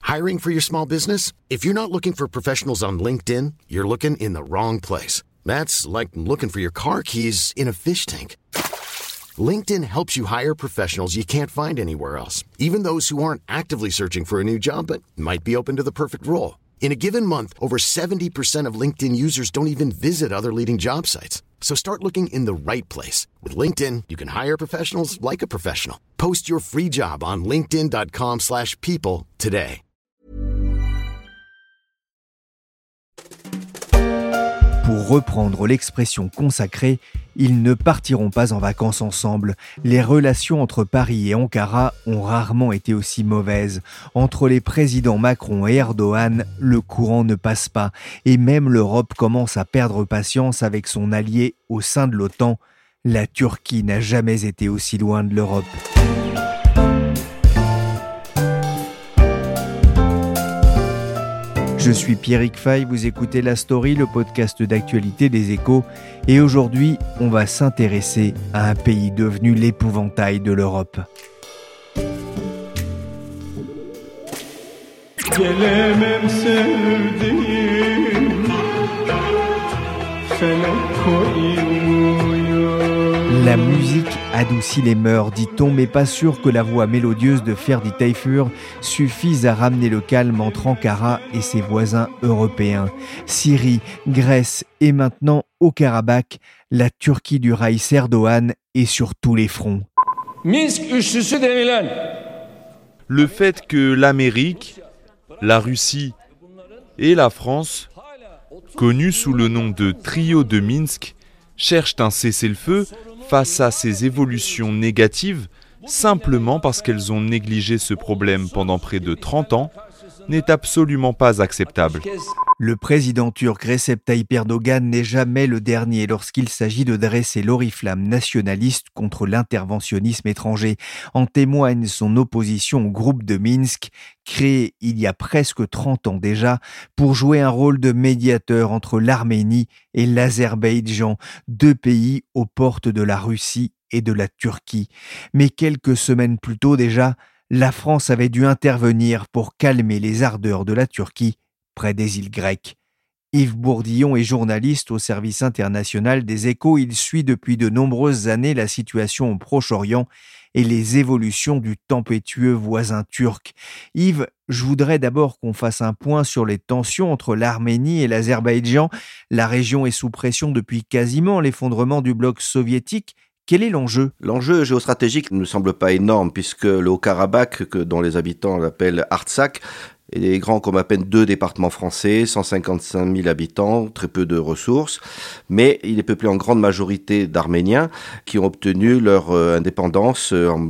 Hiring for your small business? If you're not looking for professionals on LinkedIn, you're looking in the wrong place. That's like looking for your car keys in a fish tank. LinkedIn helps you hire professionals you can't find anywhere else, even those who aren't actively searching for a new job but might be open to the perfect role. In a given month, over 70% of LinkedIn users don't even visit other leading job sites. So start looking in the right place. With LinkedIn, you can hire professionals like a professional. Post your free job on linkedin.com/people today. Pour reprendre l'expression consacrée, ils ne partiront pas en vacances ensemble. Les relations entre Paris et Ankara ont rarement été aussi mauvaises. Entre les présidents Macron et Erdogan, le courant ne passe pas. Et même l'Europe commence à perdre patience avec son allié au sein de l'OTAN. La Turquie n'a jamais été aussi loin de l'Europe. Je suis Pierrick Fay, vous écoutez La Story, le podcast d'actualité des Échos. Et aujourd'hui, on va s'intéresser à un pays devenu l'épouvantail de l'Europe. La musique adoucit les mœurs, dit-on, mais pas sûr que la voix mélodieuse de Ferdi Tayfur suffise à ramener le calme entre Ankara et ses voisins européens. Syrie, Grèce et maintenant au Karabakh, la Turquie du Raïs Erdogan est sur tous les fronts. Le fait que l'Amérique, la Russie et la France, connus sous le nom de Trio de Minsk, cherchent un cessez-le-feu face à ces évolutions négatives, simplement parce qu'elles ont négligé ce problème pendant près de 30 ans, n'est absolument pas acceptable. Le président turc Recep Tayyip Erdogan n'est jamais le dernier lorsqu'il s'agit de dresser l'oriflamme nationaliste contre l'interventionnisme étranger. En témoigne son opposition au groupe de Minsk, créé il y a presque 30 ans déjà, pour jouer un rôle de médiateur entre l'Arménie et l'Azerbaïdjan, deux pays aux portes de la Russie et de la Turquie. Mais quelques semaines plus tôt déjà, la France avait dû intervenir pour calmer les ardeurs de la Turquie près des îles grecques. Yves Bourdillon est journaliste au service international des Échos. Il suit depuis de nombreuses années la situation au Proche-Orient et les évolutions du tempétueux voisin turc. Yves, je voudrais d'abord qu'on fasse un point sur les tensions entre l'Arménie et l'Azerbaïdjan. La région est sous pression depuis quasiment l'effondrement du bloc soviétique. Quel est l'enjeu ? L'enjeu géostratégique ne me semble pas énorme puisque le Haut-Karabakh, dont les habitants l'appellent Artsakh, est grand comme à peine 2 départements français, 155 000 habitants, très peu de ressources, mais il est peuplé en grande majorité d'Arméniens qui ont obtenu leur indépendance en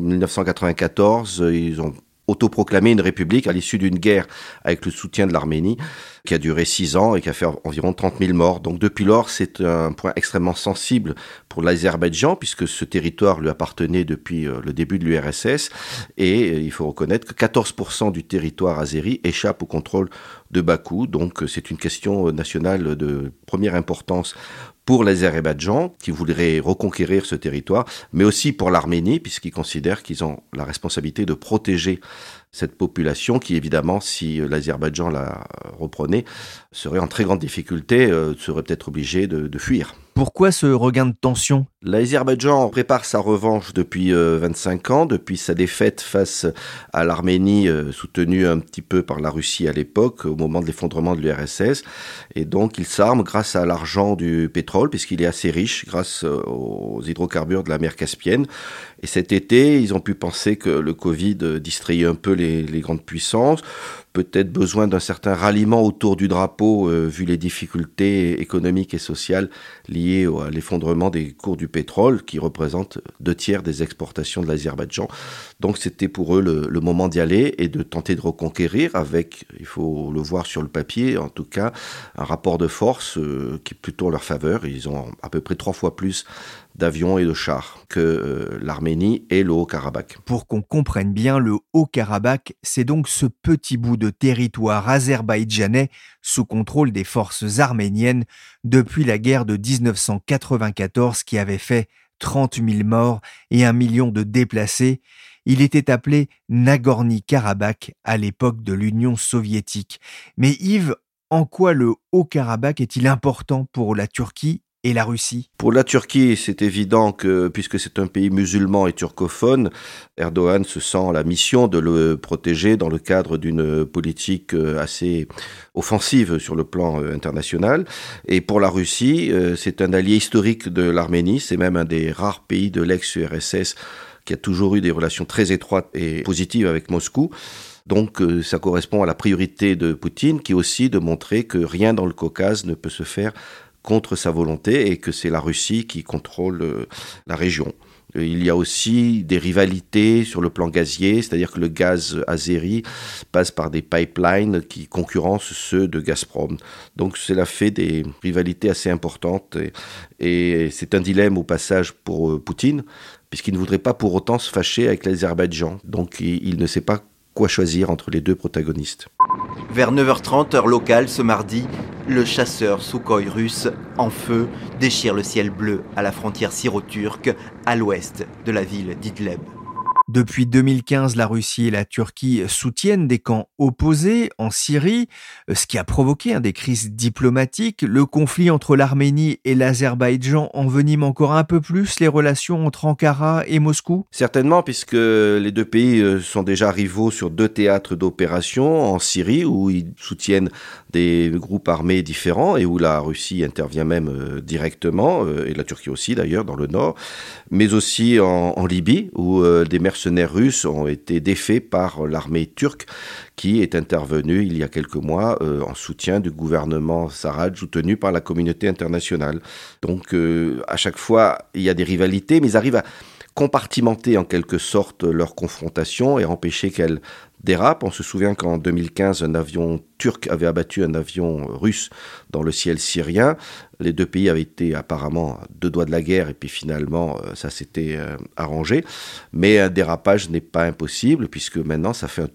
1994. Ils ont autoproclamé une république à l'issue d'une guerre avec le soutien de l'Arménie qui a duré 6 ans et qui a fait environ 30 000 morts. Donc depuis lors, c'est un point extrêmement sensible pour l'Azerbaïdjan puisque ce territoire lui appartenait depuis le début de l'URSS et il faut reconnaître que 14% du territoire azéri échappe au contrôle de Bakou. Donc c'est une question nationale de première importance pour l'Azerbaïdjan, qui voudrait reconquérir ce territoire, mais aussi pour l'Arménie, puisqu'ils considèrent qu'ils ont la responsabilité de protéger cette population qui, évidemment, si l'Azerbaïdjan la reprenait, serait en très grande difficulté, serait peut-être obligé de fuir. Pourquoi ce regain de tension ? L'Azerbaïdjan prépare sa revanche depuis 25 ans, depuis sa défaite face à l'Arménie, soutenue un petit peu par la Russie à l'époque, au moment de l'effondrement de l'URSS. Et donc, il s'arme grâce à l'argent du pétrole, puisqu'il est assez riche, grâce aux hydrocarbures de la mer Caspienne. Et cet été, ils ont pu penser que le Covid distrayait un peu les grandes puissances. Peut-être besoin d'un certain ralliement autour du drapeau, vu les difficultés économiques et sociales liées à l'effondrement des cours du pétrole, qui représentent 2/3 des exportations de l'Azerbaïdjan. Donc c'était pour eux le moment d'y aller et de tenter de reconquérir avec, il faut le voir sur le papier, en tout cas, un rapport de force qui est plutôt en leur faveur. Ils ont à peu près 3 fois plus d'avions et de chars que l'Arménie et le Haut-Karabakh. Pour qu'on comprenne bien, le Haut-Karabakh, c'est donc ce petit bout de territoire azerbaïdjanais sous contrôle des forces arméniennes depuis la guerre de 1994 qui avait fait 30 000 morts et 1 million de déplacés. Il était appelé Nagorno-Karabakh à l'époque de l'Union soviétique. Mais Yves, en quoi le Haut-Karabakh est-il important pour la Turquie et la Russie? Pour la Turquie, c'est évident que, puisque c'est un pays musulman et turcophone, Erdogan se sent la mission de le protéger dans le cadre d'une politique assez offensive sur le plan international. Et pour la Russie, c'est un allié historique de l'Arménie, c'est même un des rares pays de l'ex-URSS qui a toujours eu des relations très étroites et positives avec Moscou. Donc ça correspond à la priorité de Poutine, qui est aussi de montrer que rien dans le Caucase ne peut se faire contre sa volonté et que c'est la Russie qui contrôle la région. Il y a aussi des rivalités sur le plan gazier, c'est-à-dire que le gaz azéri passe par des pipelines qui concurrencent ceux de Gazprom. Donc cela fait des rivalités assez importantes et c'est un dilemme au passage pour Poutine, puisqu'il ne voudrait pas pour autant se fâcher avec l'Azerbaïdjan. Donc il ne sait pas quoi choisir entre les deux protagonistes. Vers 9h30, heure locale, ce mardi, le chasseur Sukhoi russe, en feu, déchire le ciel bleu à la frontière syro-turque, à l'ouest de la ville d'Idleb. Depuis 2015, la Russie et la Turquie soutiennent des camps opposés en Syrie, ce qui a provoqué des crises diplomatiques. Le conflit entre l'Arménie et l'Azerbaïdjan envenime encore un peu plus les relations entre Ankara et Moscou? Certainement, puisque les deux pays sont déjà rivaux sur 2 théâtres d'opération, en Syrie, où ils soutiennent des groupes armés différents et où la Russie intervient même directement, et la Turquie aussi d'ailleurs, dans le nord, mais aussi en Libye, où des mercenaires russes ont été défaits par l'armée turque qui est intervenue il y a quelques mois en soutien du gouvernement Sarraj, soutenu par la communauté internationale. Donc à chaque fois, il y a des rivalités, mais ils arrivent à compartimenter en quelque sorte leur confrontation et empêcher qu'elles dérapent. On se souvient qu'en 2015, un avion turc avait abattu un avion russe dans le ciel syrien. Les deux pays avaient été apparemment à 2 doigts de la guerre et puis finalement ça s'était arrangé. Mais un dérapage n'est pas impossible puisque maintenant ça fait un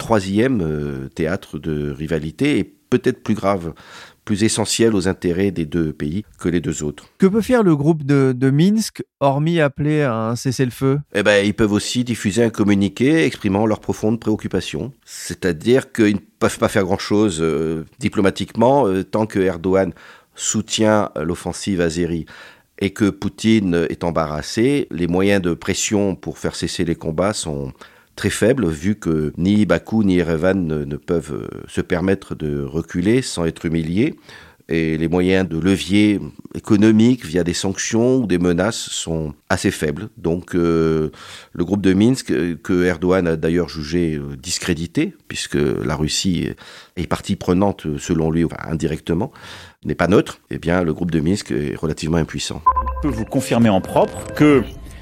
3e théâtre de rivalité et peut-être plus grave, plus essentiel aux intérêts des deux pays que les deux autres. Que peut faire le groupe de Minsk, hormis appeler à un cessez-le-feu? Ils peuvent aussi diffuser un communiqué exprimant leurs profondes préoccupations. C'est-à-dire qu'ils ne peuvent pas faire grand-chose diplomatiquement tant que Erdogan soutient l'offensive azérie et que Poutine est embarrassé. Les moyens de pression pour faire cesser les combats sont très faible, vu que ni Bakou ni Erevan ne peuvent se permettre de reculer sans être humiliés. Et les moyens de levier économique via des sanctions ou des menaces sont assez faibles. Donc le groupe de Minsk, que Erdogan a d'ailleurs jugé discrédité, puisque la Russie est partie prenante selon lui, enfin, indirectement, n'est pas neutre, eh bien le groupe de Minsk est relativement impuissant. Je peux vous confirmer en propre que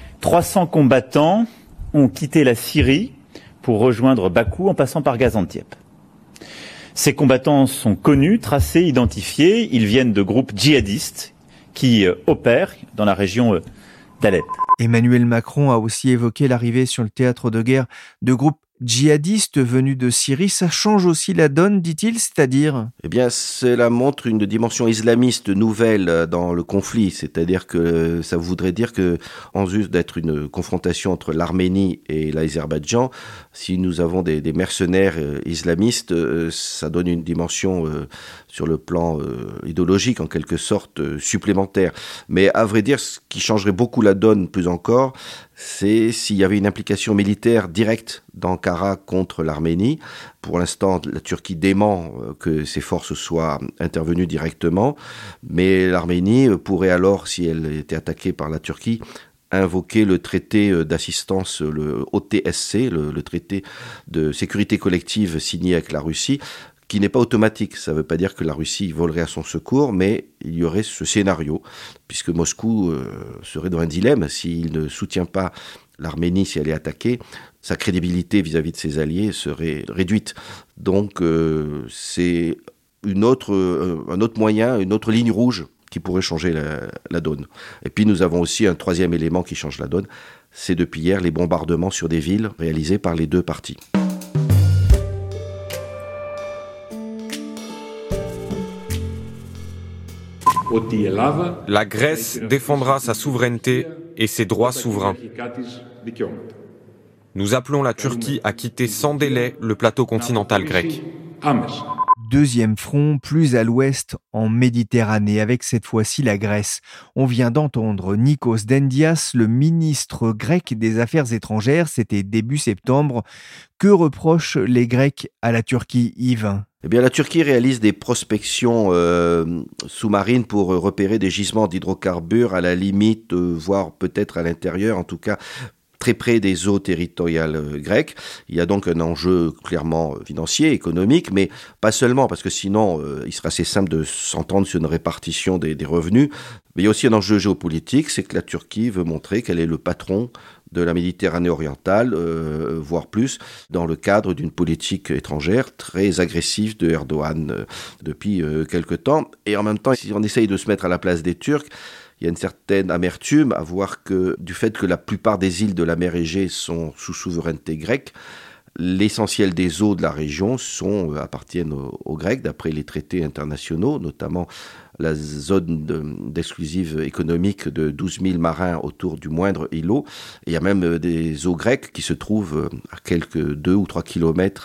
300 combattants ont quitté la Syrie pour rejoindre Bakou en passant par Gaziantep. Ces combattants sont connus, tracés, identifiés. Ils viennent de groupes djihadistes qui opèrent dans la région d'Alep. Emmanuel Macron a aussi évoqué l'arrivée sur le théâtre de guerre de groupes djihadistes venus de Syrie. Ça change aussi la donne, dit-il, c'est-à-dire? Eh bien, cela montre une dimension islamiste nouvelle dans le conflit. C'est-à-dire que ça voudrait dire que, en plus d'être une confrontation entre l'Arménie et l'Azerbaïdjan, si nous avons des mercenaires islamistes, ça donne une dimension sur le plan idéologique, en quelque sorte, supplémentaire. Mais à vrai dire, ce qui changerait beaucoup la donne plus encore, c'est s'il y avait une implication militaire directe d'Ankara contre l'Arménie. Pour l'instant, la Turquie dément que ses forces soient intervenues directement, mais l'Arménie pourrait alors, si elle était attaquée par la Turquie, invoquer le traité d'assistance, le OTSC, le traité de sécurité collective signé avec la Russie, qui n'est pas automatique. Ça ne veut pas dire que la Russie volerait à son secours, mais il y aurait ce scénario, puisque Moscou serait dans un dilemme. S'il ne soutient pas l'Arménie, si elle est attaquée, sa crédibilité vis-à-vis de ses alliés serait réduite. Donc c'est un autre moyen, une autre ligne rouge qui pourrait changer la donne. Et puis nous avons aussi un 3e élément qui change la donne, c'est depuis hier les bombardements sur des villes réalisés par les deux parties. La Grèce défendra sa souveraineté et ses droits souverains. Nous appelons la Turquie à quitter sans délai le plateau continental grec. Deuxième front, plus à l'ouest, en Méditerranée, avec cette fois-ci la Grèce. On vient d'entendre Nikos Dendias, le ministre grec des Affaires étrangères, c'était début septembre. Que reprochent les Grecs à la Turquie, Yves ? Eh bien, la Turquie réalise des prospections sous-marines pour repérer des gisements d'hydrocarbures à la limite, voire peut-être à l'intérieur, en tout cas très près des eaux territoriales grecques. Il y a donc un enjeu clairement financier, économique, mais pas seulement, parce que sinon, il serait assez simple de s'entendre sur une répartition des revenus. Mais il y a aussi un enjeu géopolitique, c'est que la Turquie veut montrer qu'elle est le patron de la Méditerranée orientale, voire plus, dans le cadre d'une politique étrangère très agressive de Erdogan depuis quelque temps. Et en même temps, si on essaye de se mettre à la place des Turcs, il y a une certaine amertume à voir que du fait que la plupart des îles de la mer Égée sont sous souveraineté grecque, l'essentiel des eaux de la région appartiennent aux Grecs, d'après les traités internationaux, notamment la zone d'exclusive économique de 12 000 marins autour du moindre îlot. Et il y a même des eaux grecques qui se trouvent à quelques 2 ou 3 kilomètres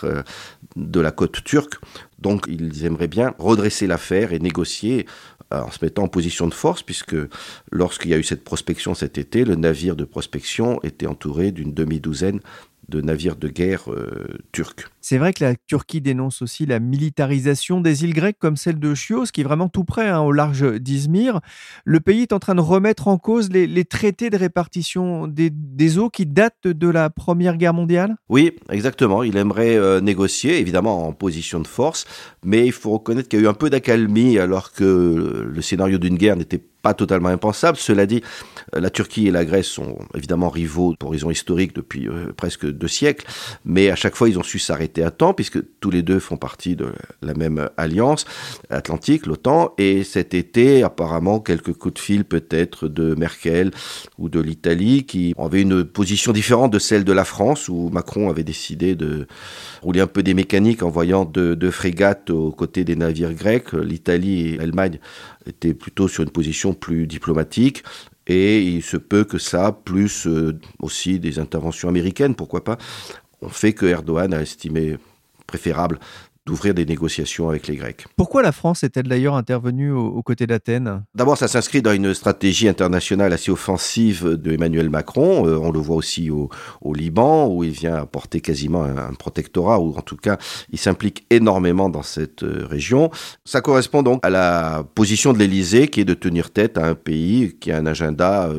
de la côte turque. Donc ils aimeraient bien redresser l'affaire et négocier en se mettant en position de force, puisque lorsqu'il y a eu cette prospection cet été, le navire de prospection était entouré d'une demi-douzaine de navires de guerre turcs. C'est vrai que la Turquie dénonce aussi la militarisation des îles grecques comme celle de Chios, qui est vraiment tout près, au large d'Izmir. Le pays est en train de remettre en cause les traités de répartition des eaux qui datent de la Première Guerre mondiale ? Oui, exactement. Il aimerait négocier, évidemment en position de force, mais il faut reconnaître qu'il y a eu un peu d'accalmie alors que le scénario d'une guerre n'était pas totalement impensable. Cela dit, la Turquie et la Grèce sont évidemment rivaux pour raisons historiques depuis presque 2 siècles, mais à chaque fois ils ont su s'arrêter à temps, puisque tous les deux font partie de la même alliance atlantique, l'OTAN, et cet été, apparemment, quelques coups de fil peut-être de Merkel ou de l'Italie, qui avaient une position différente de celle de la France, où Macron avait décidé de rouler un peu des mécaniques en voyant deux frégates aux côtés des navires grecs. L'Italie et l'Allemagne étaient plutôt sur une position plus diplomatique. Et il se peut que ça, plus aussi des interventions américaines, pourquoi pas, ont fait que Erdogan a estimé préférable d'ouvrir des négociations avec les Grecs. Pourquoi la France est-elle d'ailleurs intervenue aux côtés d'Athènes ? D'abord, ça s'inscrit dans une stratégie internationale assez offensive de Emmanuel Macron. On le voit aussi au Liban, où il vient apporter quasiment un protectorat, ou en tout cas, il s'implique énormément dans cette région. Ça correspond donc à la position de l'Élysée, qui est de tenir tête à un pays qui a un agenda,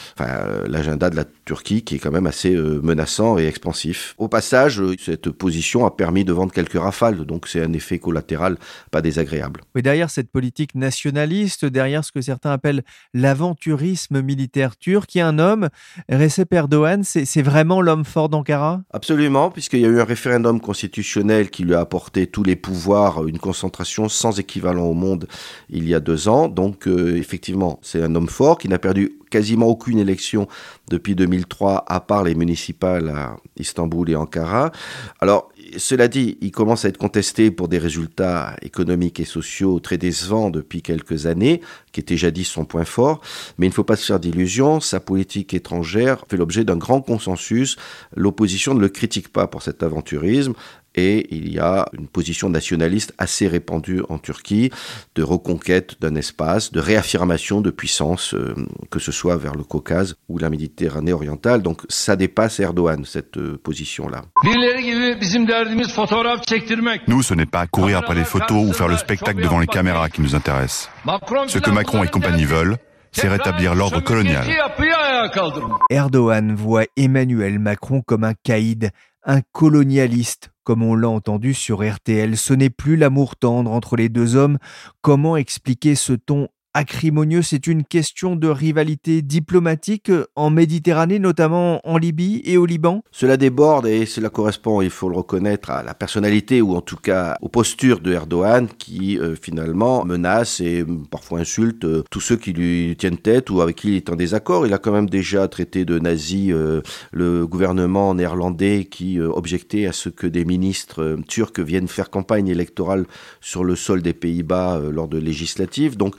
l'agenda de la Turquie, qui est quand même assez menaçant et expansif. Au passage, cette position a permis de vendre quelques rafales, donc c'est un effet collatéral pas désagréable. Oui, derrière cette politique nationaliste, derrière ce que certains appellent l'aventurisme militaire turc, il y a un homme, Recep Erdogan, c'est vraiment l'homme fort d'Ankara ? Absolument, puisqu'il y a eu un référendum constitutionnel qui lui a apporté tous les pouvoirs, une concentration sans équivalent au monde il y a 2 ans. Donc effectivement, c'est un homme fort qui n'a perdu quasiment aucune élection depuis 2003, à part les municipales à Istanbul et Ankara. Alors, cela dit, il commence à être contesté pour des résultats économiques et sociaux très décevants depuis quelques années, qui étaient jadis son point fort. Mais il ne faut pas se faire d'illusions, sa politique étrangère fait l'objet d'un grand consensus. L'opposition ne le critique pas pour cet aventurisme. Et il y a une position nationaliste assez répandue en Turquie, de reconquête d'un espace, de réaffirmation de puissance, que ce soit vers le Caucase ou la Méditerranée orientale. Donc ça dépasse Erdogan, cette position-là. Nous, ce n'est pas courir après les photos ou faire le spectacle devant les caméras qui nous intéresse. Ce que Macron et compagnie veulent, c'est rétablir l'ordre colonial. Erdogan voit Emmanuel Macron comme un caïd, un colonialiste, comme on l'a entendu sur RTL. Ce n'est plus l'amour tendre entre les deux hommes. Comment expliquer ce ton acrimonieux ? C'est une question de rivalité diplomatique en Méditerranée, notamment en Libye et au Liban ? Cela déborde et cela correspond, il faut le reconnaître, à la personnalité ou en tout cas aux postures de Erdogan qui finalement menace et parfois insulte tous ceux qui lui tiennent tête ou avec qui il est en désaccord. Il a quand même déjà traité de nazi le gouvernement néerlandais qui objectait à ce que des ministres turcs viennent faire campagne électorale sur le sol des Pays-Bas lors de législatives. Donc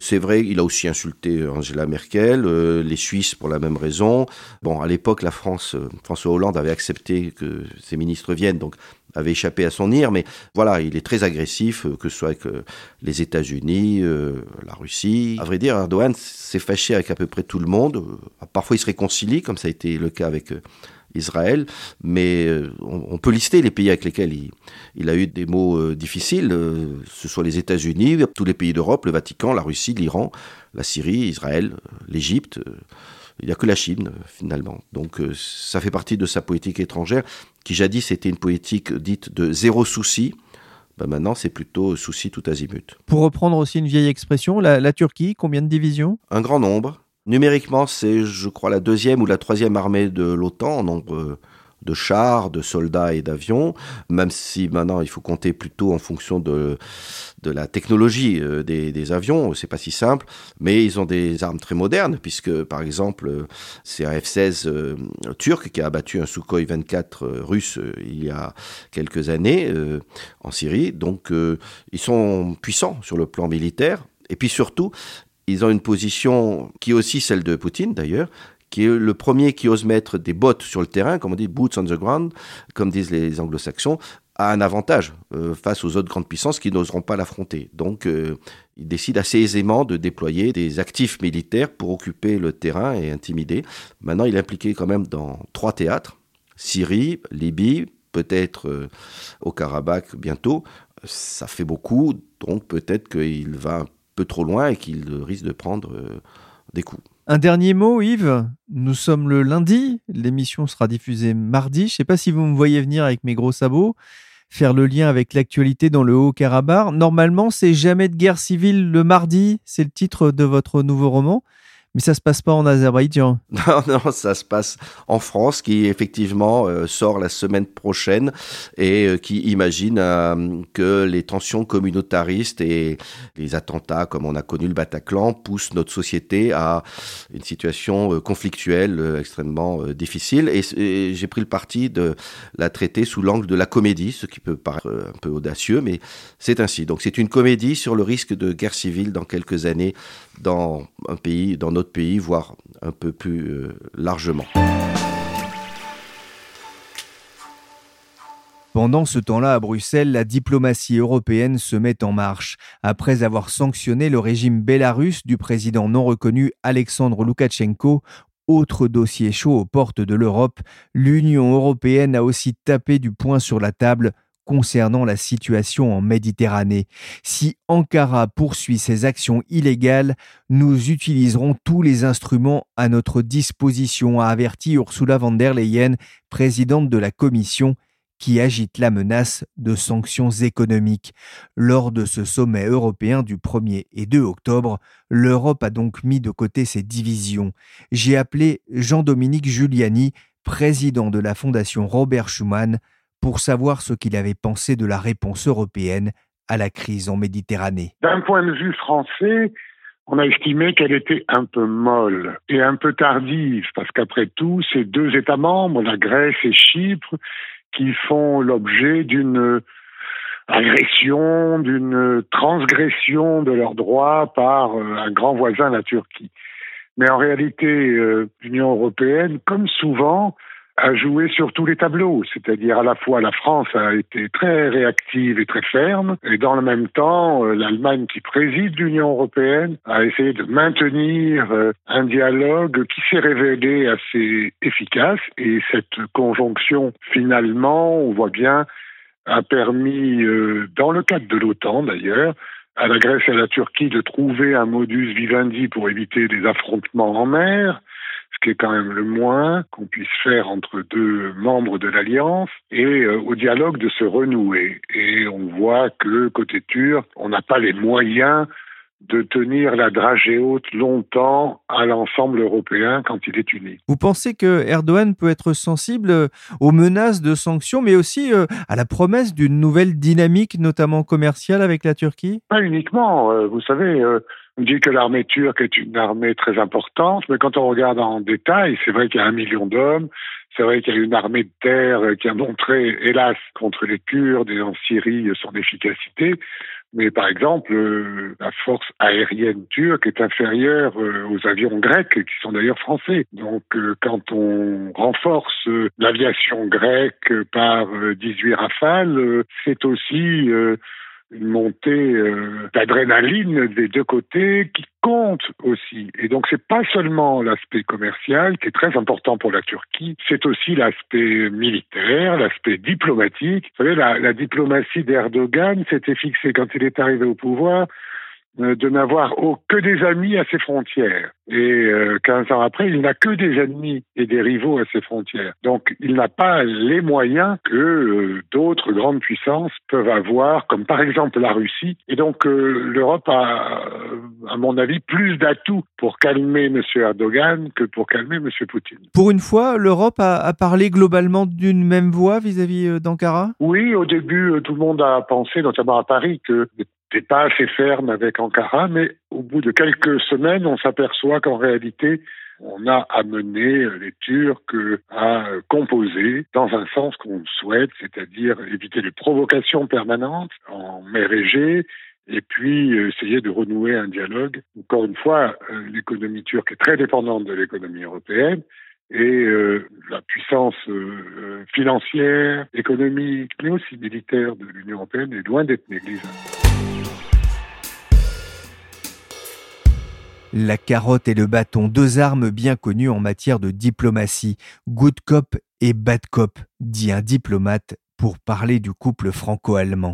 C'est vrai, il a aussi insulté Angela Merkel, les Suisses pour la même raison. Bon, à l'époque, la France, François Hollande avait accepté que ses ministres viennent, donc avait échappé à son ire, mais voilà, il est très agressif, que ce soit avec les États-Unis, la Russie. À vrai dire, Erdogan s'est fâché avec à peu près tout le monde. Parfois, il se réconcilie, comme ça a été le cas avec Israël, mais on peut lister les pays avec lesquels il a eu des mots difficiles. Ce sont les États-Unis, tous les pays d'Europe, le Vatican, la Russie, l'Iran, la Syrie, Israël, l'Égypte. Il n'y a que la Chine, finalement. Donc, ça fait partie de sa politique étrangère, qui jadis était une politique dite de zéro souci. Maintenant, c'est plutôt souci tout azimut. Pour reprendre aussi une vieille expression, la Turquie, combien de divisions ? Un grand nombre. Numériquement, c'est, je crois, la 2e ou la 3e armée de l'OTAN en nombre de chars, de soldats et d'avions, même si maintenant il faut compter plutôt en fonction de la technologie des avions, c'est pas si simple, mais ils ont des armes très modernes, puisque par exemple c'est un F-16 turc qui a abattu un Sukhoi 24 russe il y a quelques années en Syrie, donc ils sont puissants sur le plan militaire, et puis surtout ils ont une position qui est aussi celle de Poutine d'ailleurs, qui est le premier qui ose mettre des bottes sur le terrain, comme on dit, boots on the ground, comme disent les anglo-saxons, a un avantage face aux autres grandes puissances qui n'oseront pas l'affronter. Donc, il décide assez aisément de déployer des actifs militaires pour occuper le terrain et intimider. Maintenant, il est impliqué quand même dans 3 théâtres, Syrie, Libye, peut-être au Karabakh bientôt. Ça fait beaucoup, donc peut-être qu'il va un peu trop loin et qu'il risque de prendre des coups. Un dernier mot, Yves. Nous sommes le lundi. L'émission sera diffusée mardi. Je ne sais pas si vous me voyez venir avec mes gros sabots, faire le lien avec l'actualité dans le Haut-Karabakh. Normalement, c'est jamais de guerre civile le mardi. C'est le titre de votre nouveau roman. Mais ça se passe pas en Azerbaïdjan. Non, ça se passe en France, qui effectivement sort la semaine prochaine et qui imagine que les tensions communautaristes et les attentats, comme on a connu le Bataclan, poussent notre société à une situation conflictuelle extrêmement difficile. Et j'ai pris le parti de la traiter sous l'angle de la comédie, ce qui peut paraître un peu audacieux, mais c'est ainsi. Donc c'est une comédie sur le risque de guerre civile dans quelques années dans un pays, dans notre pays, voire un peu plus largement. Pendant ce temps-là, à Bruxelles, la diplomatie européenne se met en marche. Après avoir sanctionné le régime bélarusse du président non reconnu Alexandre Loukachenko, autre dossier chaud aux portes de l'Europe, l'Union européenne a aussi tapé du poing sur la table concernant la situation en Méditerranée. Si Ankara poursuit ses actions illégales, nous utiliserons tous les instruments à notre disposition, a averti Ursula von der Leyen, présidente de la Commission, qui agite la menace de sanctions économiques. Lors de ce sommet européen du 1er et 2 octobre, l'Europe a donc mis de côté ses divisions. J'ai appelé Jean-Dominique Giuliani, président de la Fondation Robert Schuman, pour savoir ce qu'il avait pensé de la réponse européenne à la crise en Méditerranée. D'un point de vue français, on a estimé qu'elle était un peu molle et un peu tardive, parce qu'après tout, c'est 2 États membres, la Grèce et Chypre, qui font l'objet d'une agression, d'une transgression de leurs droits par un grand voisin, la Turquie. Mais en réalité, l'Union européenne, comme souvent, a joué sur tous les tableaux, c'est-à-dire à la fois la France a été très réactive et très ferme, et dans le même temps, l'Allemagne qui préside l'Union européenne a essayé de maintenir un dialogue qui s'est révélé assez efficace, et cette conjonction, finalement, on voit bien, a permis, dans le cadre de l'OTAN d'ailleurs, à la Grèce et à la Turquie de trouver un modus vivendi pour éviter des affrontements en mer, ce qui est quand même le moins qu'on puisse faire entre 2 membres de l'Alliance, et au dialogue de se renouer. Et on voit que, côté turc, on n'a pas les moyens de tenir la dragée haute longtemps à l'ensemble européen quand il est uni. Vous pensez que Erdogan peut être sensible aux menaces de sanctions, mais aussi à la promesse d'une nouvelle dynamique, notamment commerciale, avec la Turquie ? Pas uniquement. Vous savez, on dit que l'armée turque est une armée très importante, mais quand on regarde en détail, c'est vrai qu'il y a 1 million d'hommes, c'est vrai qu'il y a une armée de terre qui a montré, hélas, contre les Kurdes et en Syrie son efficacité. Mais par exemple, la force aérienne turque est inférieure aux avions grecs, qui sont d'ailleurs français. Donc quand on renforce l'aviation grecque par 18 Rafales, c'est aussi une montée d'adrénaline des deux côtés qui compte aussi. Et donc c'est pas seulement l'aspect commercial qui est très important pour la Turquie, c'est aussi l'aspect militaire, l'aspect diplomatique. Vous savez, la diplomatie d'Erdogan s'était fixée quand il est arrivé au pouvoir de n'avoir que des amis à ses frontières. Et 15 ans après, il n'a que des ennemis et des rivaux à ses frontières. Donc, il n'a pas les moyens que d'autres grandes puissances peuvent avoir, comme par exemple la Russie. Et donc, l'Europe a, à mon avis, plus d'atouts pour calmer M. Erdogan que pour calmer M. Poutine. Pour une fois, l'Europe a parlé globalement d'une même voix vis-à-vis d'Ankara ? Oui, au début, tout le monde a pensé, notamment à Paris, que n'était pas assez ferme avec Ankara, mais au bout de quelques semaines, on s'aperçoit qu'en réalité, on a amené les Turcs à composer dans un sens qu'on souhaite, c'est-à-dire éviter les provocations permanentes en mer Égée, et puis essayer de renouer un dialogue. Encore une fois, l'économie turque est très dépendante de l'économie européenne, et la puissance financière, économique, mais aussi militaire de l'Union européenne est loin d'être négligeable. La carotte et le bâton, deux armes bien connues en matière de diplomatie. Good cop et bad cop, dit un diplomate pour parler du couple franco-allemand.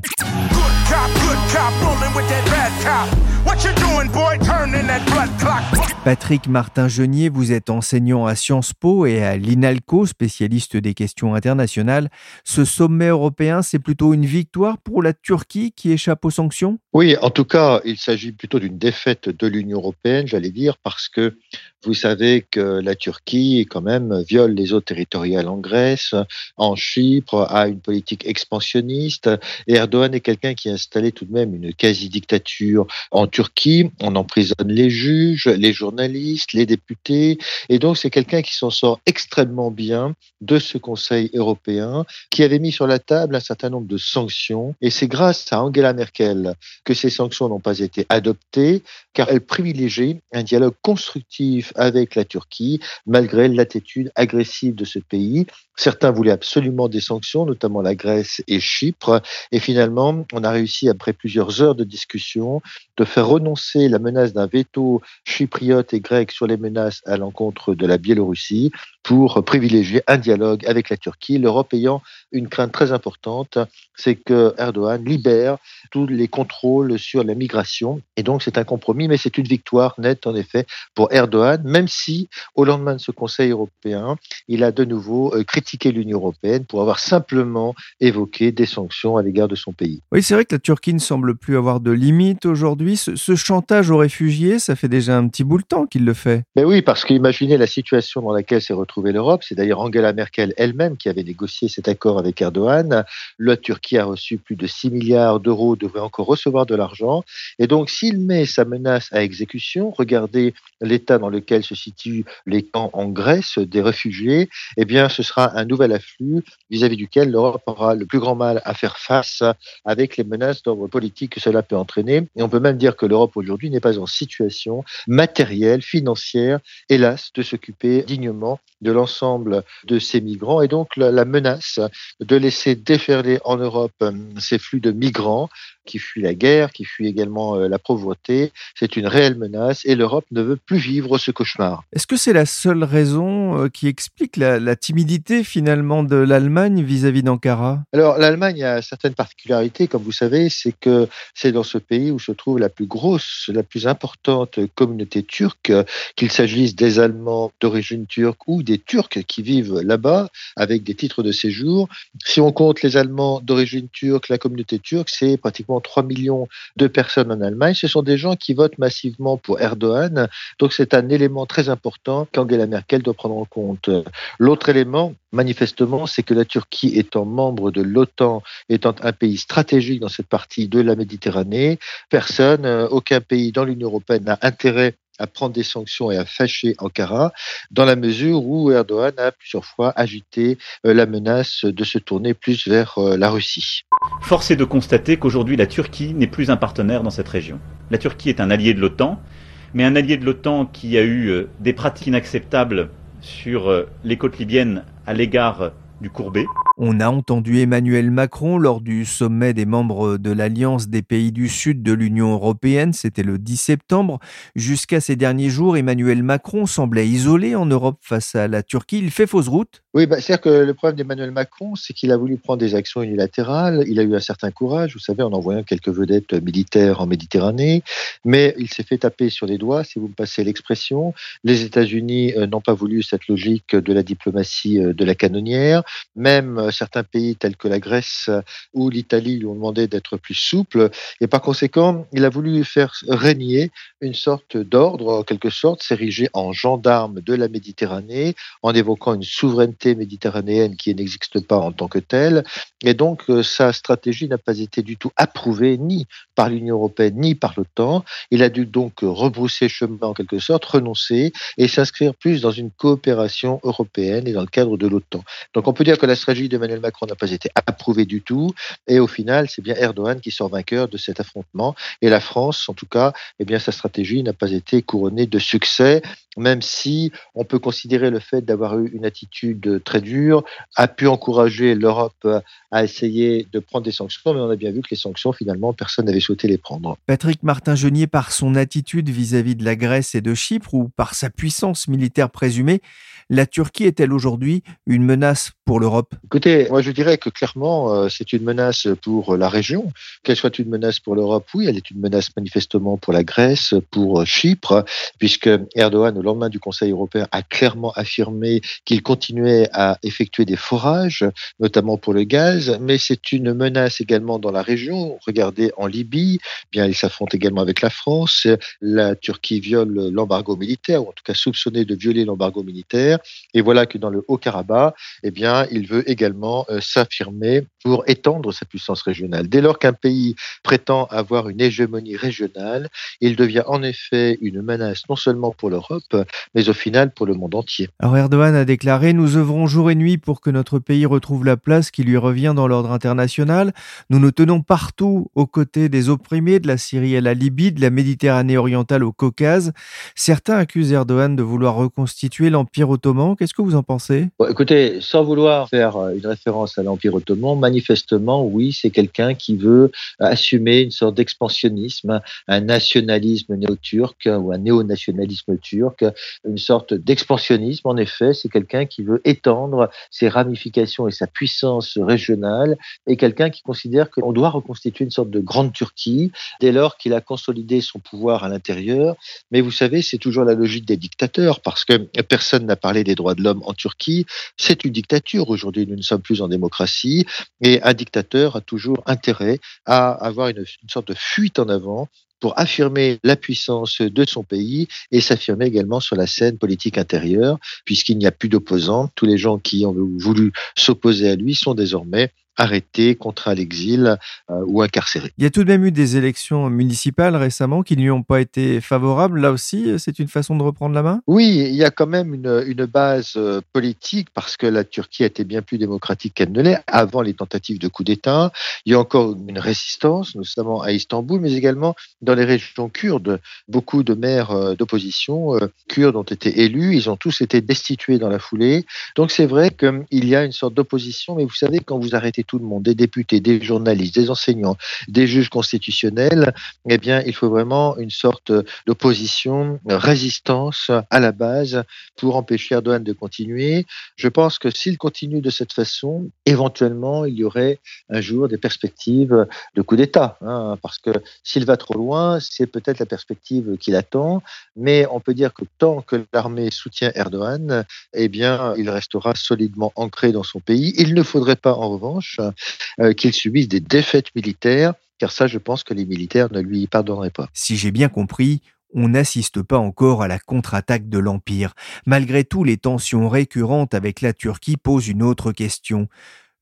Patrick Martin-Genier, vous êtes enseignant à Sciences Po et à l'INALCO, spécialiste des questions internationales. Ce sommet européen, c'est plutôt une victoire pour la Turquie qui échappe aux sanctions ? Oui, en tout cas, il s'agit plutôt d'une défaite de l'Union européenne, j'allais dire, parce que vous savez que la Turquie, quand même, viole les eaux territoriales en Grèce, en Chypre, a une politique expansionniste. Et Erdogan est quelqu'un qui a installé tout de même une quasi-dictature en Turquie. On emprisonne les juges, les journalistes, les députés. Et donc, c'est quelqu'un qui s'en sort extrêmement bien de ce Conseil européen, qui avait mis sur la table un certain nombre de sanctions. Et c'est grâce à Angela Merkel que ces sanctions n'ont pas été adoptées, car elle privilégie un dialogue constructif avec la Turquie, malgré l'attitude agressive de ce pays. Certains voulaient absolument des sanctions, notamment la Grèce et Chypre. Et finalement, on a réussi, après plusieurs heures de discussion, de faire renoncer la menace d'un veto chypriote et grec sur les menaces à l'encontre de la Biélorussie pour privilégier un dialogue avec la Turquie. L'Europe ayant une crainte très importante, c'est que Erdogan libère tous les contrôles sur la migration. Et donc, c'est un compromis, mais c'est une victoire nette, en effet, pour Erdogan, même si, au lendemain de ce Conseil européen, il a de nouveau critiqué l'Union européenne pour avoir simplement évoqué des sanctions à l'égard de son pays. Oui, c'est vrai que la Turquie ne semble plus avoir de limites aujourd'hui. Ce chantage aux réfugiés, ça fait déjà un petit bout de temps qu'il le fait. Mais oui, parce qu'imaginez la situation dans laquelle s'est retrouvée l'Europe. C'est d'ailleurs Angela Merkel elle-même qui avait négocié cet accord avec Erdogan. La Turquie a reçu plus de 6 milliards d'euros, devrait encore recevoir de l'argent. Et donc, s'il met sa menace à exécution, regardez l'état dans lequel se situent les camps en Grèce des réfugiés, eh bien, ce sera un nouvel afflux vis-à-vis duquel l'Europe aura le plus grand mal à faire face avec les menaces d'ordre politique que cela peut entraîner. Et on peut même dire que l'Europe aujourd'hui n'est pas en situation matérielle, financière, hélas, de s'occuper dignement de l'ensemble de ces migrants. Et donc, la menace de laisser déferler en Europe ces flux de migrants qui fuient la guerre, qui fuient également la pauvreté, c'est une réelle menace et l'Europe ne veut plus vivre ce cauchemar. Est-ce que c'est la seule raison qui explique la timidité finalement de l'Allemagne vis-à-vis d'Ankara ? Alors, l'Allemagne a certaines particularités, comme vous savez, c'est que c'est dans ce pays où se trouve la plus grosse, la plus importante communauté turque, qu'il s'agisse des Allemands d'origine turque ou des Turcs qui vivent là-bas avec des titres de séjour. Si on compte les Allemands d'origine turque, la communauté turque, c'est pratiquement 3 millions de personnes en Allemagne. Ce sont des gens qui votent massivement pour Erdogan. Donc, c'est un élément très important qu'Angela Merkel doit prendre en compte. L'autre élément, manifestement, c'est que la Turquie étant membre de l'OTAN, étant un pays stratégique dans cette partie de la Méditerranée, aucun pays dans l'Union européenne n'a intérêt à prendre des sanctions et à fâcher Ankara, dans la mesure où Erdogan a plusieurs fois agité la menace de se tourner plus vers la Russie. Force est de constater qu'aujourd'hui la Turquie n'est plus un partenaire dans cette région. La Turquie est un allié de l'OTAN, mais un allié de l'OTAN qui a eu des pratiques inacceptables sur les côtes libyennes à l'égard du Courbet. On a entendu Emmanuel Macron lors du sommet des membres de l'Alliance des pays du Sud de l'Union européenne, c'était le 10 septembre. Jusqu'à ces derniers jours, Emmanuel Macron semblait isolé en Europe face à la Turquie. Il fait fausse route. Oui, c'est-à-dire que le problème d'Emmanuel Macron, c'est qu'il a voulu prendre des actions unilatérales. Il a eu un certain courage, vous savez, en envoyant quelques vedettes militaires en Méditerranée, mais il s'est fait taper sur les doigts, si vous me passez l'expression. Les États-Unis n'ont pas voulu cette logique de la diplomatie de la canonnière. Même certains pays tels que la Grèce ou l'Italie lui ont demandé d'être plus souple. Et par conséquent, il a voulu faire régner une sorte d'ordre, en quelque sorte, s'ériger en gendarme de la Méditerranée, en évoquant une souveraineté méditerranéenne qui n'existe pas en tant que telle. Et donc, sa stratégie n'a pas été du tout approuvée ni par l'Union européenne ni par l'OTAN. Il a dû donc rebrousser chemin, en quelque sorte, renoncer et s'inscrire plus dans une coopération européenne et dans le cadre de l'OTAN. Donc, on peut dire que la stratégie d'Emmanuel Macron n'a pas été approuvée du tout. Et au final, c'est bien Erdogan qui sort vainqueur de cet affrontement. Et la France, en tout cas, sa stratégie n'a pas été couronnée de succès, même si on peut considérer le fait d'avoir eu une attitude très dure, a pu encourager l'Europe à essayer de prendre des sanctions, mais on a bien vu que les sanctions, finalement, personne n'avait souhaité les prendre. Patrick Martin-Genier, par son attitude vis-à-vis de la Grèce et de Chypre, ou par sa puissance militaire présumée, la Turquie est-elle aujourd'hui une menace pour l'Europe ? Écoutez, moi je dirais que clairement, c'est une menace pour la région. Qu'elle soit une menace pour l'Europe, oui, elle est une menace manifestement pour la Grèce, pour Chypre, puisque Erdogan, au lendemain du Conseil européen, a clairement affirmé qu'il continuait à effectuer des forages, notamment pour le gaz, mais c'est une menace également dans la région. Regardez en Libye, il s'affronte également avec la France. La Turquie viole l'embargo militaire, ou en tout cas soupçonnée de violer l'embargo militaire. Et voilà que dans le Haut-Karabakh, il veut également s'affirmer pour étendre sa puissance régionale. Dès lors qu'un pays prétend avoir une hégémonie régionale, il devient en effet une menace non seulement pour l'Europe, mais au final pour le monde entier. Alors Erdogan a déclaré « Nous œuvrons jour et nuit pour que notre pays retrouve la place qui lui revient dans l'ordre international. Nous nous tenons partout aux côtés des opprimés, de la Syrie à la Libye, de la Méditerranée orientale au Caucase. » Certains accusent Erdogan de vouloir reconstituer l'Empire ottoman. Qu'est-ce que vous en pensez ? Écoutez, sans vouloir faire une référence à l'Empire ottoman, manifestement, oui, c'est quelqu'un qui veut assumer une sorte d'expansionnisme, un nationalisme néo-turc ou un néo-nationalisme turc, une sorte d'expansionnisme. En effet, c'est quelqu'un qui veut étendre ses ramifications et sa puissance régionale, et quelqu'un qui considère qu'on doit reconstituer une sorte de grande Turquie dès lors qu'il a consolidé son pouvoir à l'intérieur. Mais vous savez, c'est toujours la logique des dictateurs, parce que personne n'a parlé des droits de l'homme en Turquie. C'est une dictature. Aujourd'hui, nous ne sommes plus en démocratie, et un dictateur a toujours intérêt à avoir une sorte de fuite en avant pour affirmer la puissance de son pays et s'affirmer également sur la scène politique intérieure, puisqu'il n'y a plus d'opposants. Tous les gens qui ont voulu s'opposer à lui sont désormais arrêtés, contraints à l'exil ou incarcérés. Il y a tout de même eu des élections municipales récemment qui ne lui ont pas été favorables. Là aussi, c'est une façon de reprendre la main ? Oui, il y a quand même une base politique, parce que la Turquie a été bien plus démocratique qu'elle ne l'est avant les tentatives de coup d'État. Il y a encore une résistance, notamment à Istanbul, mais également dans les régions kurdes. Beaucoup de maires d'opposition kurdes ont été élus, ils ont tous été destitués dans la foulée. Donc c'est vrai qu'il y a une sorte d'opposition, mais vous savez, quand vous arrêtez tout le monde, des députés, des journalistes, des enseignants, des juges constitutionnels, il faut vraiment une sorte d'opposition, résistance à la base pour empêcher Erdogan de continuer. Je pense que s'il continue de cette façon, éventuellement, il y aurait un jour des perspectives de coup d'État, parce que s'il va trop loin, c'est peut-être la perspective qu'il attend, mais on peut dire que tant que l'armée soutient Erdogan, il restera solidement ancré dans son pays. Il ne faudrait pas, en revanche, qu'il subisse des défaites militaires, car ça, je pense que les militaires ne lui pardonneraient pas. Si j'ai bien compris, on n'assiste pas encore à la contre-attaque de l'Empire. Malgré tout, les tensions récurrentes avec la Turquie posent une autre question.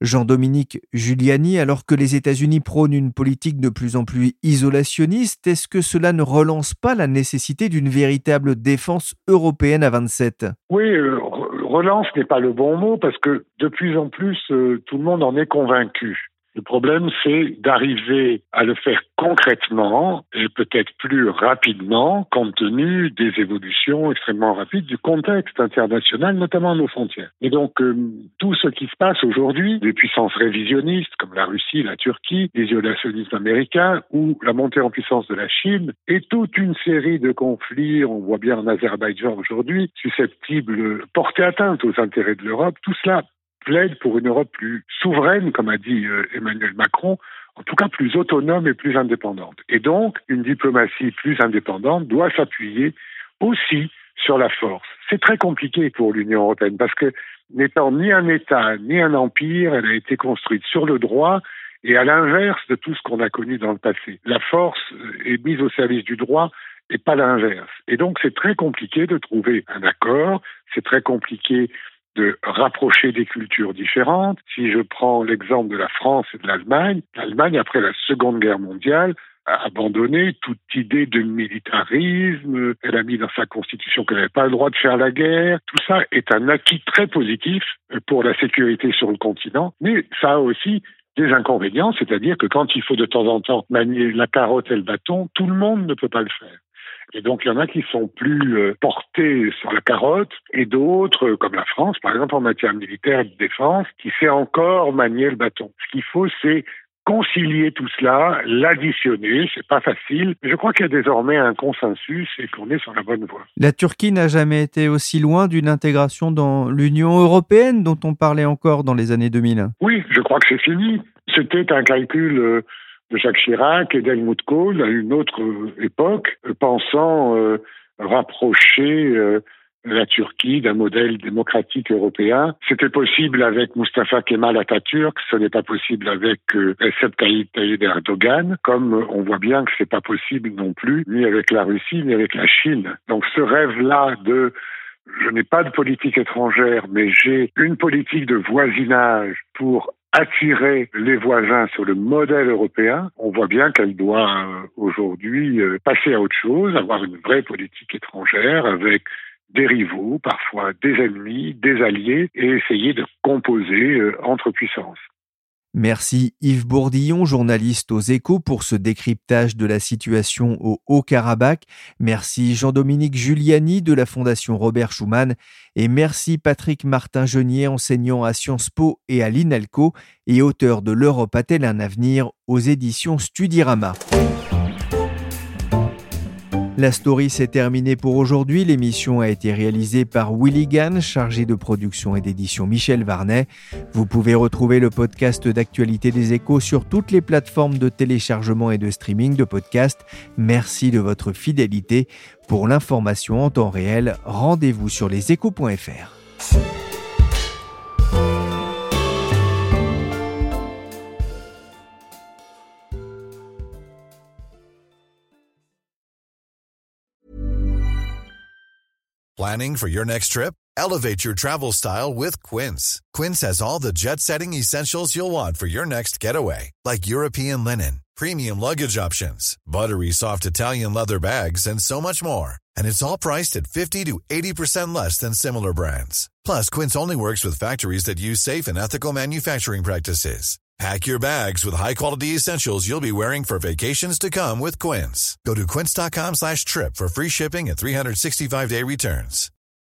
Jean-Dominique Giuliani, alors que les États-Unis prônent une politique de plus en plus isolationniste, est-ce que cela ne relance pas la nécessité d'une véritable défense européenne à 27 ? Oui, relance n'est pas le bon mot parce que de plus en plus, tout le monde en est convaincu. Le problème, c'est d'arriver à le faire concrètement et peut-être plus rapidement compte tenu des évolutions extrêmement rapides du contexte international, notamment à nos frontières. Et donc, tout ce qui se passe aujourd'hui, des puissances révisionnistes comme la Russie, la Turquie, l'isolationnisme américain ou la montée en puissance de la Chine et toute une série de conflits, on voit bien en Azerbaïdjan aujourd'hui, susceptibles de porter atteinte aux intérêts de l'Europe, tout cela plaide pour une Europe plus souveraine, comme a dit Emmanuel Macron, en tout cas plus autonome et plus indépendante. Et donc, une diplomatie plus indépendante doit s'appuyer aussi sur la force. C'est très compliqué pour l'Union européenne parce que n'étant ni un État, ni un empire, elle a été construite sur le droit et à l'inverse de tout ce qu'on a connu dans le passé. La force est mise au service du droit et pas l'inverse. Et donc, c'est très compliqué de trouver un accord, c'est très compliqué de rapprocher des cultures différentes. Si je prends l'exemple de la France et de l'Allemagne, l'Allemagne, après la Seconde Guerre mondiale, a abandonné toute idée de militarisme. Elle a mis dans sa constitution qu'elle n'avait pas le droit de faire la guerre. Tout ça est un acquis très positif pour la sécurité sur le continent, mais ça a aussi des inconvénients, c'est-à-dire que quand il faut de temps en temps manier la carotte et le bâton, tout le monde ne peut pas le faire. Et donc, il y en a qui sont plus portés sur la carotte et d'autres, comme la France, par exemple, en matière militaire et de défense, qui sait encore manier le bâton. Ce qu'il faut, c'est concilier tout cela, l'additionner, c'est pas facile. Je crois qu'il y a désormais un consensus et qu'on est sur la bonne voie. La Turquie n'a jamais été aussi loin d'une intégration dans l'Union européenne dont on parlait encore dans les années 2000. Oui, je crois que c'est fini. C'était un calcul de Jacques Chirac et d'Helmut Kohl à une autre époque, pensant rapprocher la Turquie d'un modèle démocratique européen. C'était possible avec Mustafa Kemal Atatürk, ce n'est pas possible avec Recep Tayyip Erdogan, comme on voit bien que c'est pas possible non plus ni avec la Russie ni avec la Chine. Donc ce rêve-là de je n'ai pas de politique étrangère, mais j'ai une politique de voisinage pour attirer les voisins sur le modèle européen, on voit bien qu'elle doit aujourd'hui passer à autre chose, avoir une vraie politique étrangère avec des rivaux, parfois des ennemis, des alliés, et essayer de composer entre puissances. Merci Yves Bourdillon, journaliste aux Échos, pour ce décryptage de la situation au Haut-Karabakh. Merci Jean-Dominique Giuliani de la Fondation Robert Schuman. Et merci Patrick Martin-Genier, enseignant à Sciences Po et à l'INALCO et auteur de L'Europe a-t-elle un avenir aux éditions Studirama. La story s'est terminée pour aujourd'hui. L'émission a été réalisée par Willy Gann, chargé de production et d'édition Michel Varnet. Vous pouvez retrouver le podcast d'actualité des Échos sur toutes les plateformes de téléchargement et de streaming de podcasts. Merci de votre fidélité. Pour l'information en temps réel, rendez-vous sur leséchos.fr. Planning for your next trip? Elevate your travel style with Quince. Quince has all the jet-setting essentials you'll want for your next getaway, like European linen, premium luggage options, buttery soft Italian leather bags, and so much more. And it's all priced at 50 to 80% less than similar brands. Plus, Quince only works with factories that use safe and ethical manufacturing practices. Pack your bags with high-quality essentials you'll be wearing for vacations to come with Quince. Go to quince.com/trip for free shipping and 365-day returns.